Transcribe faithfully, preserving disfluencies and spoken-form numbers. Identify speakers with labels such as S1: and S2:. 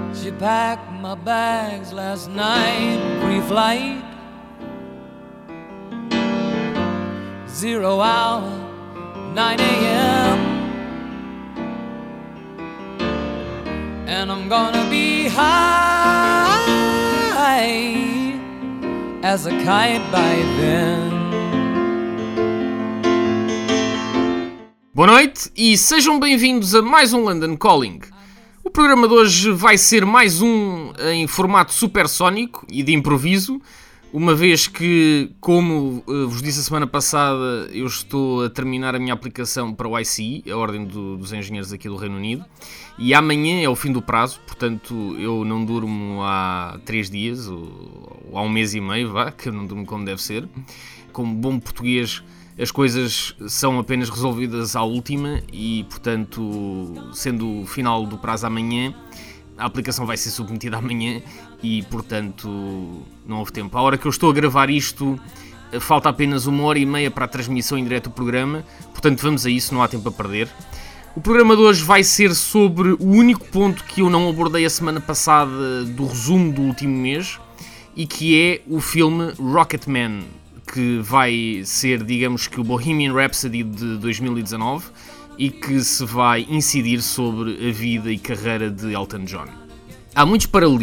S1: She packed my bags last night, pre-flight, zero hour, nine a.m. And I'm gonna be high as a kite by then.
S2: Boa noite e sejam bem-vindos a mais um London Calling. O programa de hoje vai ser mais um em formato supersónico e de improviso, uma vez que, como vos disse a semana passada, eu estou a terminar a minha aplicação para o I C E, a Ordem do, dos Engenheiros aqui do Reino Unido, e amanhã é o fim do prazo, portanto eu não durmo há três dias, ou, ou há um mês e meio, vá, que eu não durmo como deve ser. Como bom português, as coisas são apenas resolvidas à última e, portanto, sendo o final do prazo amanhã, a aplicação vai ser submetida amanhã e, portanto, não houve tempo. À hora que eu estou a gravar isto, falta apenas uma hora e meia para a transmissão em direto do programa, portanto, vamos a isso, não há tempo a perder. O programa de hoje vai ser sobre o único ponto que eu não abordei a semana passada do resumo do último mês e que é o filme Rocketman, que vai ser, digamos que, o Bohemian Rhapsody de dois mil e dezanove e que se vai incidir sobre a vida e carreira de Elton John. Há muitos paralelismos